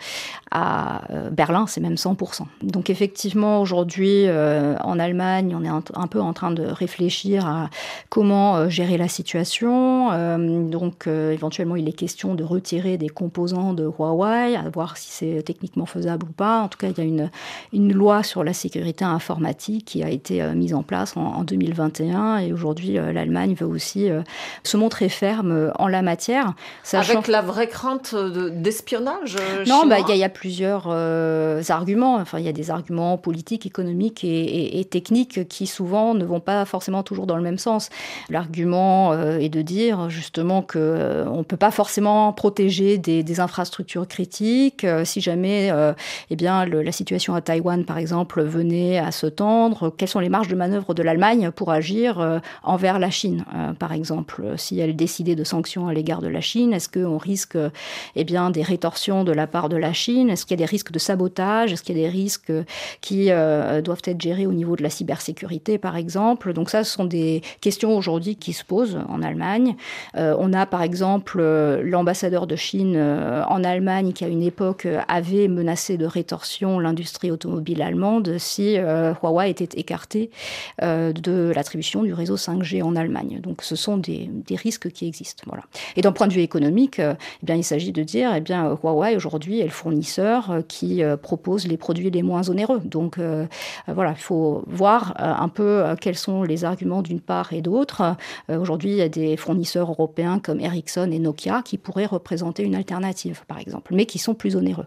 à euh, Berlin c'est même cent pour cent. Donc effectivement aujourd'hui euh, en Allemagne on est un, un peu en train de réfléchir à comment euh, gérer la situation. Euh, Donc, euh, éventuellement, il est question de retirer des composants de Huawei, à voir si c'est techniquement faisable ou pas. En tout cas, il y a une, une loi sur la sécurité informatique qui a été euh, mise en place en, en deux mille vingt et un. Et aujourd'hui, euh, l'Allemagne veut aussi euh, se montrer ferme euh, en la matière. Sachant... Avec la vraie crainte de, d'espionnage euh, Non, chinois. bah, il y, y a plusieurs euh, arguments. Enfin, il y a des arguments politiques, économiques et, et, et techniques qui, souvent, ne vont pas forcément toujours dans le même sens. L'argument euh, est de dire, justement, qu'on euh, ne peut pas forcément protéger des, des infrastructures critiques. Euh, si jamais euh, eh bien, le, la situation à Taïwan, par exemple, venait à se tendre, quelles sont les marges de manœuvre de l'Allemagne pour agir euh, envers la Chine, euh, par exemple? Si elle décidait de sanctions à l'égard de la Chine, est-ce qu'on risque eh bien, des rétorsions de la part de la Chine? Est-ce qu'il y a des risques de sabotage? Est-ce qu'il y a des risques qui euh, doivent être gérés au niveau de la cybersécurité, par exemple? Donc ça, ce sont des questions aujourd'hui qui se posent en Allemagne. Euh, on a par exemple euh, l'ambassadeur de Chine euh, en Allemagne qui à une époque euh, avait menacé de rétorsion l'industrie automobile allemande si euh, Huawei était écarté euh, de l'attribution du réseau cinq G en Allemagne. Donc ce sont des, des risques qui existent. Voilà. Et d'un point de vue économique, euh, eh bien, il s'agit de dire eh bien, Huawei aujourd'hui est le fournisseur euh, qui euh, propose les produits les moins onéreux. Donc euh, euh, voilà, il faut voir euh, un peu euh, quels sont les arguments d'une part et d'autre. Euh, aujourd'hui, il y a des fournisseurs européens comme Ericsson et Nokia qui pourraient représenter une alternative, par exemple, mais qui sont plus onéreux.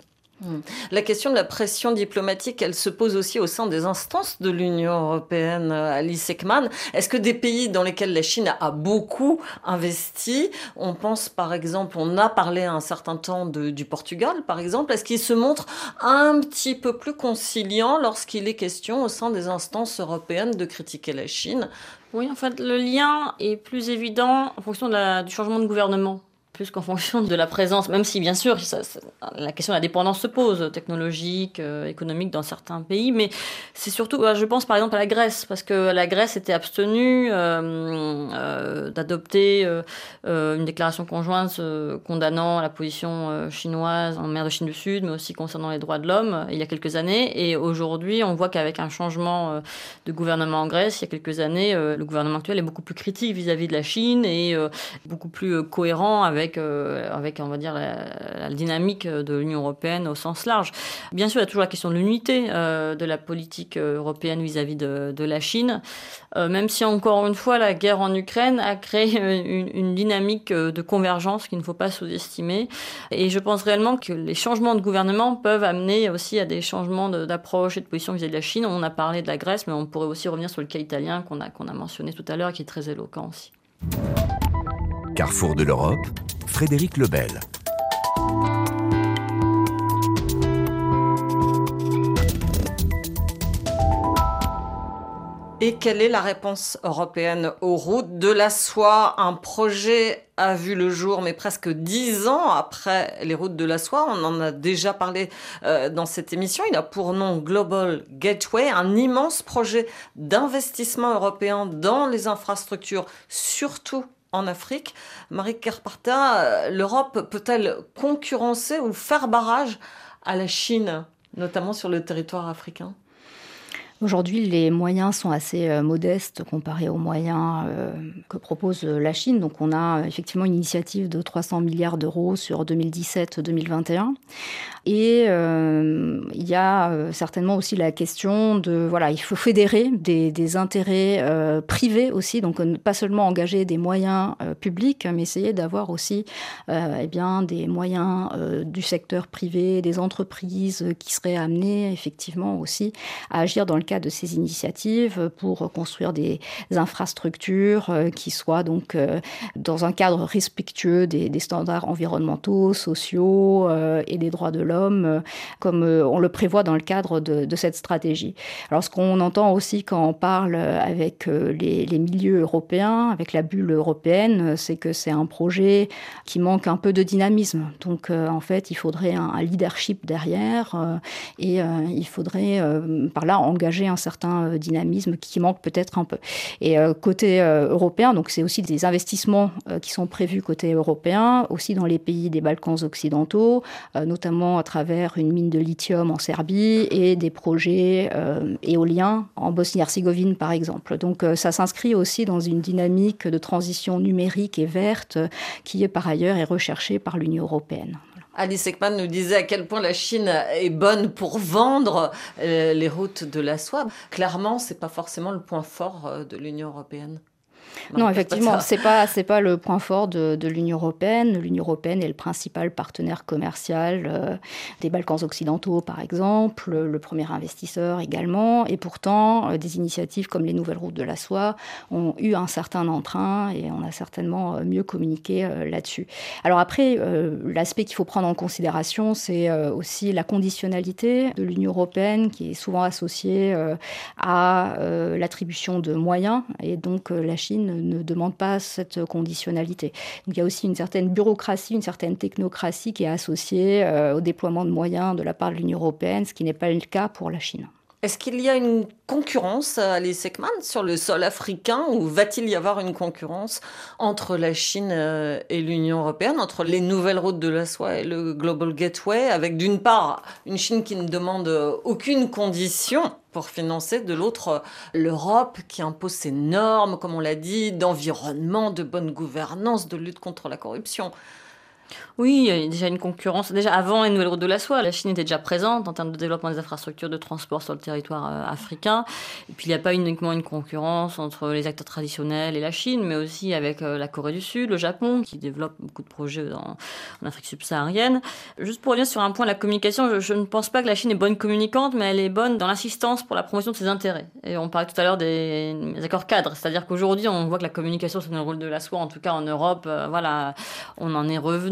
La question de la pression diplomatique, elle se pose aussi au sein des instances de l'Union européenne, Alice Ekman. Est-ce que des pays dans lesquels la Chine a beaucoup investi, on pense par exemple, on a parlé un certain temps de, du Portugal par exemple, est-ce qu'ils se montrent un petit peu plus conciliants lorsqu'il est question au sein des instances européennes de critiquer la Chine ? Oui, en fait, le lien est plus évident en fonction de la, du changement de gouvernement. Plus qu'en fonction de la présence, même si bien sûr ça, ça, la question de la dépendance se pose, technologique, euh, économique dans certains pays, mais c'est surtout, je pense par exemple à la Grèce, parce que la Grèce était abstenue euh, euh, d'adopter euh, euh, une déclaration conjointe euh, condamnant la position euh, chinoise en mer de Chine du Sud, mais aussi concernant les droits de l'homme il y a quelques années, et aujourd'hui on voit qu'avec un changement euh, de gouvernement en Grèce, il y a quelques années, euh, le gouvernement actuel est beaucoup plus critique vis-à-vis de la Chine et euh, beaucoup plus euh, cohérent avec Avec, euh, avec, on va dire, la, la dynamique de l'Union européenne au sens large. Bien sûr, il y a toujours la question de l'unité euh, de la politique européenne vis-à-vis de, de la Chine, euh, même si, encore une fois, la guerre en Ukraine a créé une, une dynamique de convergence qu'il ne faut pas sous-estimer. Et je pense réellement que les changements de gouvernement peuvent amener aussi à des changements de, d'approche et de position vis-à-vis de la Chine. On a parlé de la Grèce, mais on pourrait aussi revenir sur le cas italien qu'on a, qu'on a mentionné tout à l'heure et qui est très éloquent aussi. Carrefour de l'Europe, Frédéric Lebel. Et quelle est la réponse européenne aux routes de la soie? Un projet a vu le jour, mais presque dix ans après les routes de la soie. On en a déjà parlé euh, dans cette émission. Il a pour nom Global Gateway, un immense projet d'investissement européen dans les infrastructures, surtout en Afrique. Marie Kerparta, l'Europe peut-elle concurrencer ou faire barrage à la Chine, notamment sur le territoire africain ? Aujourd'hui, les moyens sont assez euh, modestes comparés aux moyens euh, que propose la Chine. Donc, on a euh, effectivement une initiative de trois cents milliards d'euros sur deux mille dix-sept deux mille vingt et un. Et euh, il y a euh, certainement aussi la question de, voilà, il faut fédérer des, des intérêts euh, privés aussi. Donc, euh, pas seulement engager des moyens euh, publics, mais essayer d'avoir aussi euh, eh bien, des moyens euh, du secteur privé, des entreprises qui seraient amenées effectivement aussi à agir dans le cadre de ces initiatives pour construire des infrastructures qui soient donc dans un cadre respectueux des, des standards environnementaux, sociaux et des droits de l'homme, comme on le prévoit dans le cadre de, de cette stratégie. Alors, ce qu'on entend aussi quand on parle avec les, les milieux européens, avec la bulle européenne, c'est que c'est un projet qui manque un peu de dynamisme. Donc, en fait, il faudrait un, un leadership derrière et il faudrait par là engager un certain dynamisme qui manque peut-être un peu. Et euh, côté euh, européen, donc c'est aussi des investissements euh, qui sont prévus côté européen, aussi dans les pays des Balkans occidentaux, euh, notamment à travers une mine de lithium en Serbie et des projets euh, éoliens en Bosnie-Herzégovine par exemple. Donc euh, ça s'inscrit aussi dans une dynamique de transition numérique et verte euh, qui est par ailleurs est recherchée par l'Union européenne. Alice Ekman nous disait à quel point la Chine est bonne pour vendre euh, les routes de la soie. Clairement, c'est pas forcément le point fort euh, de l'Union européenne. Non, effectivement, c'est pas c'est pas le point fort de, de l'Union européenne. L'Union européenne est le principal partenaire commercial euh, des Balkans occidentaux, par exemple, le premier investisseur également. Et pourtant, euh, des initiatives comme les nouvelles routes de la soie ont eu un certain entrain et on a certainement mieux communiqué euh, là-dessus. Alors après, euh, l'aspect qu'il faut prendre en considération, c'est euh, aussi la conditionnalité de l'Union européenne qui est souvent associée euh, à euh, l'attribution de moyens et donc euh, la Chine ne demande pas cette conditionnalité. Donc il y a aussi une certaine bureaucratie, une certaine technocratie qui est associée euh, au déploiement de moyens de la part de l'Union européenne, ce qui n'est pas le cas pour la Chine. Est-ce qu'il y a une concurrence, Alice Ekman, sur le sol africain ou va-t-il y avoir une concurrence entre la Chine et l'Union européenne, entre les nouvelles routes de la soie et le Global Gateway, avec d'une part une Chine qui ne demande aucune condition pour financer, de l'autre l'Europe qui impose ses normes, comme on l'a dit, d'environnement, de bonne gouvernance, de lutte contre la corruption? Oui, il y a déjà une concurrence. Déjà, avant les nouvelles routes de la soie, la Chine était déjà présente en termes de développement des infrastructures de transport sur le territoire euh, africain. Et puis, il n'y a pas uniquement une concurrence entre les acteurs traditionnels et la Chine, mais aussi avec euh, la Corée du Sud, le Japon, qui développe beaucoup de projets dans, en Afrique subsaharienne. Juste pour revenir sur un point, la communication, je, je ne pense pas que la Chine est bonne communicante, mais elle est bonne dans l'assistance pour la promotion de ses intérêts. Et on parlait tout à l'heure des, des accords cadres, c'est-à-dire qu'aujourd'hui, on voit que la communication sur les routes de la soie, en tout cas en Europe, euh, voilà, on en est revenu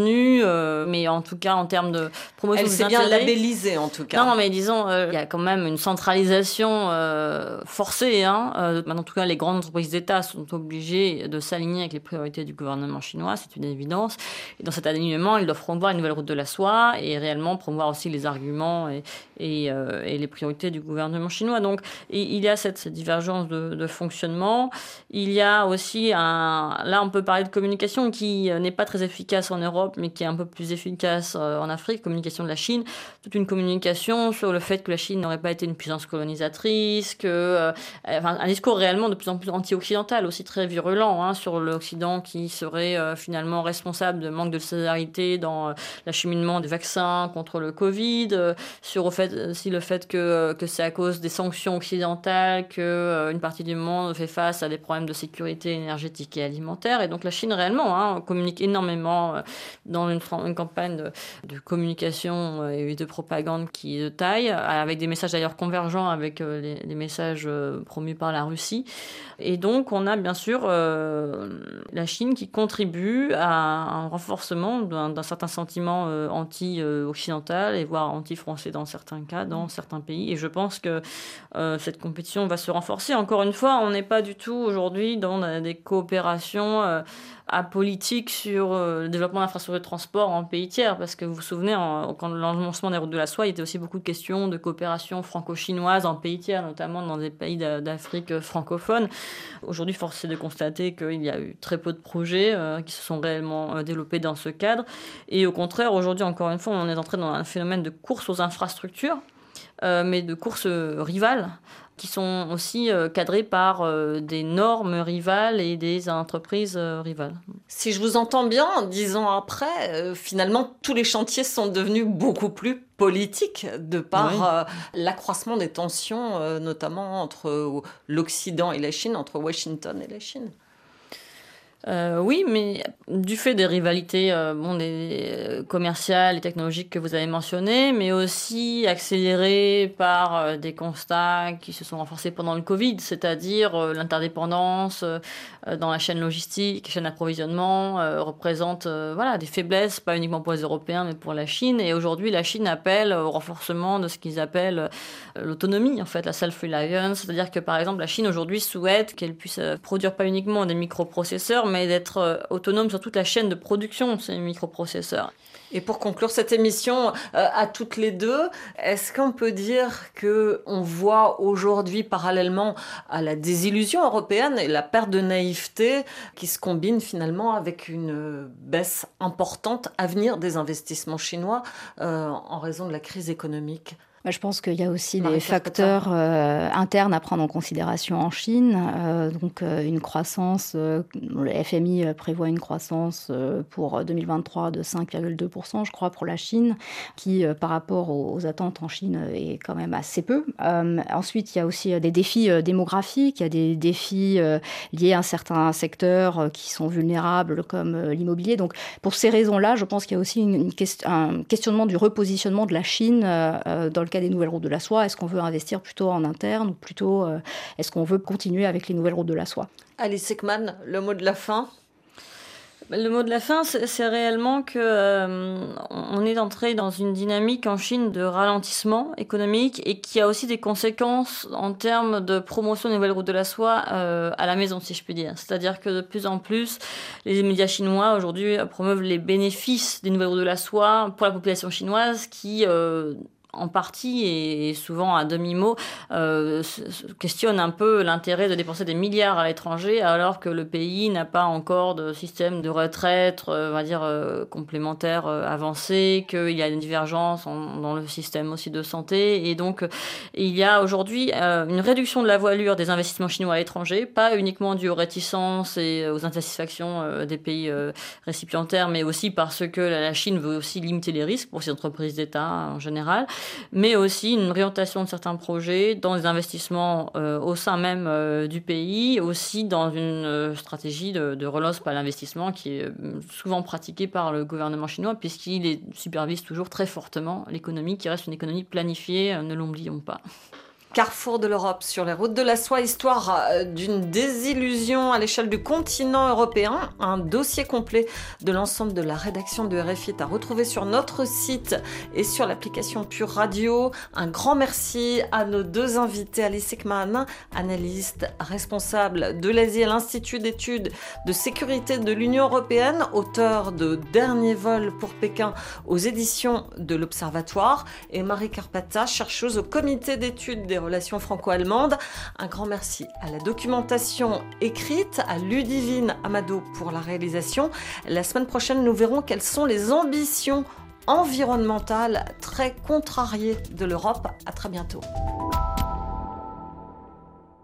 reconnue, euh, mais en tout cas en termes de promotion Elle des s'est intérêts... bien labellisée en tout cas. Non, non mais disons, il euh, y a quand même une centralisation euh, forcée. Hein. Euh, en tout cas, les grandes entreprises d'État sont obligées de s'aligner avec les priorités du gouvernement chinois, c'est une évidence. Et dans cet alignement, ils doivent promouvoir une nouvelle route de la soie et réellement promouvoir aussi les arguments et, et, euh, et les priorités du gouvernement chinois. Donc, il y a cette, cette divergence de, de fonctionnement. Il y a aussi un... Là, on peut parler de communication qui n'est pas très efficace en Europe, mais qui est un peu plus efficace en Afrique, communication de la Chine. Toute une communication sur le fait que la Chine n'aurait pas été une puissance colonisatrice, que, euh, enfin, un discours réellement de plus en plus anti-occidental, aussi très virulent, hein, sur l'Occident qui serait euh, finalement responsable de manque de solidarité dans euh, l'acheminement des vaccins contre le Covid, euh, sur au fait, aussi le fait que, que c'est à cause des sanctions occidentales que euh, une partie du monde fait face à des problèmes de sécurité énergétique et alimentaire. Et donc la Chine réellement hein, communique énormément euh, dans une, une campagne de, de communication et de propagande qui est de taille, avec des messages d'ailleurs convergents avec euh, les, les messages euh, promus par la Russie. Et donc on a bien sûr euh, la Chine qui contribue à un renforcement d'un, d'un certain sentiment euh, anti-occidental et voire anti-français dans certains cas, dans certains pays. Et je pense que euh, cette compétition va se renforcer. Encore une fois, on n'est pas du tout aujourd'hui dans des coopérations euh, apolitiques sur euh, le développement d'infrastructures de transport en pays tiers, parce que vous vous souvenez, en, quand le lancement des routes de la soie, il y était aussi beaucoup de questions de coopération franco-chinoise en pays tiers, notamment dans des pays d'Afrique francophone. Aujourd'hui, force est de constater qu'il y a eu très peu de projets euh, qui se sont réellement euh, développés dans ce cadre. Et au contraire, aujourd'hui, encore une fois, on est entré dans un phénomène de course aux infrastructures, euh, mais de course euh, rivales, qui sont aussi euh, cadrées par euh, des normes rivales et des entreprises euh, rivales. Si je vous entends bien, dix ans après, euh, finalement, tous les chantiers sont devenus beaucoup plus politiques de par oui. euh, l'accroissement des tensions, euh, notamment entre euh, l'Occident et la Chine, entre Washington et la Chine. Euh, oui, mais du fait des rivalités euh, bon, des commerciales et technologiques que vous avez mentionnées, mais aussi accélérées par euh, des constats qui se sont renforcés pendant le Covid, c'est-à-dire euh, l'interdépendance euh, dans la chaîne logistique, chaîne d'approvisionnement, euh, représente euh, voilà, des faiblesses, pas uniquement pour les Européens, mais pour la Chine. Et aujourd'hui, la Chine appelle au renforcement de ce qu'ils appellent euh, l'autonomie, en fait, la self-reliance, c'est-à-dire que, par exemple, la Chine aujourd'hui souhaite qu'elle puisse euh, produire pas uniquement des microprocesseurs, mais d'être euh, autonome sur toute la chaîne de production de ces microprocesseurs. Et pour conclure cette émission, euh, à toutes les deux, est-ce qu'on peut dire qu'on voit aujourd'hui, parallèlement à la désillusion européenne et la perte de naïveté, qui se combine finalement avec une baisse importante à venir des investissements chinois euh, en raison de la crise économique ? Je pense qu'il y a aussi des facteurs euh, internes à prendre en considération en Chine. Euh, donc euh, une croissance, euh, le F M I prévoit une croissance euh, pour deux mille vingt-trois de cinq virgule deux pour cent, je crois, pour la Chine, qui euh, par rapport aux, aux attentes en Chine est quand même assez peu. Euh, ensuite, il y a aussi des défis euh, démographiques, il y a des défis euh, liés à certains secteurs euh, qui sont vulnérables, comme euh, l'immobilier. Donc pour ces raisons-là, je pense qu'il y a aussi une, une question, un questionnement du repositionnement de la Chine euh, dans le cas des nouvelles routes de la soie. Est-ce qu'on veut investir plutôt en interne ou plutôt euh, est-ce qu'on veut continuer avec les nouvelles routes de la soie ? Alice Ekman, le mot de la fin ? Le mot de la fin, c'est, c'est réellement que euh, on est entré dans une dynamique en Chine de ralentissement économique et qui a aussi des conséquences en termes de promotion des nouvelles routes de la soie euh, à la maison, si je puis dire. C'est-à-dire que de plus en plus, les médias chinois aujourd'hui promeuvent les bénéfices des nouvelles routes de la soie pour la population chinoise qui euh, en partie et souvent à demi-mot, euh, questionne un peu l'intérêt de dépenser des milliards à l'étranger alors que le pays n'a pas encore de système de retraite, on va dire, euh, complémentaire euh, avancé, qu'il y a une divergence en, dans le système aussi de santé. Et donc, il y a aujourd'hui euh, une réduction de la voilure des investissements chinois à l'étranger, pas uniquement due aux réticences et aux insatisfactions euh, des pays euh, récipiendaires, mais aussi parce que la Chine veut aussi limiter les risques pour ses entreprises d'État en général, mais aussi une orientation de certains projets dans les investissements euh, au sein même euh, du pays, aussi dans une euh, stratégie de, de relance par l'investissement qui est souvent pratiquée par le gouvernement chinois, puisqu'il est, supervise toujours très fortement l'économie, qui reste une économie planifiée, euh, ne l'oublions pas. Carrefour de l'Europe sur les routes de la soie, histoire d'une désillusion à l'échelle du continent européen. Un dossier complet de l'ensemble de la rédaction de R F I est à retrouver sur notre site et sur l'application Pure Radio. Un grand merci à nos deux invités, Alice Ekman, analyste responsable de l'Asie à l'Institut d'études de sécurité de l'Union européenne, auteur de Dernier vol pour Pékin aux éditions de l'Observatoire, et Marie Carpata, chercheuse au comité d'études des relations franco-allemandes. Un grand merci à la documentation écrite, à Ludivine Amado pour la réalisation. La semaine prochaine, nous verrons quelles sont les ambitions environnementales très contrariées de l'Europe. À très bientôt.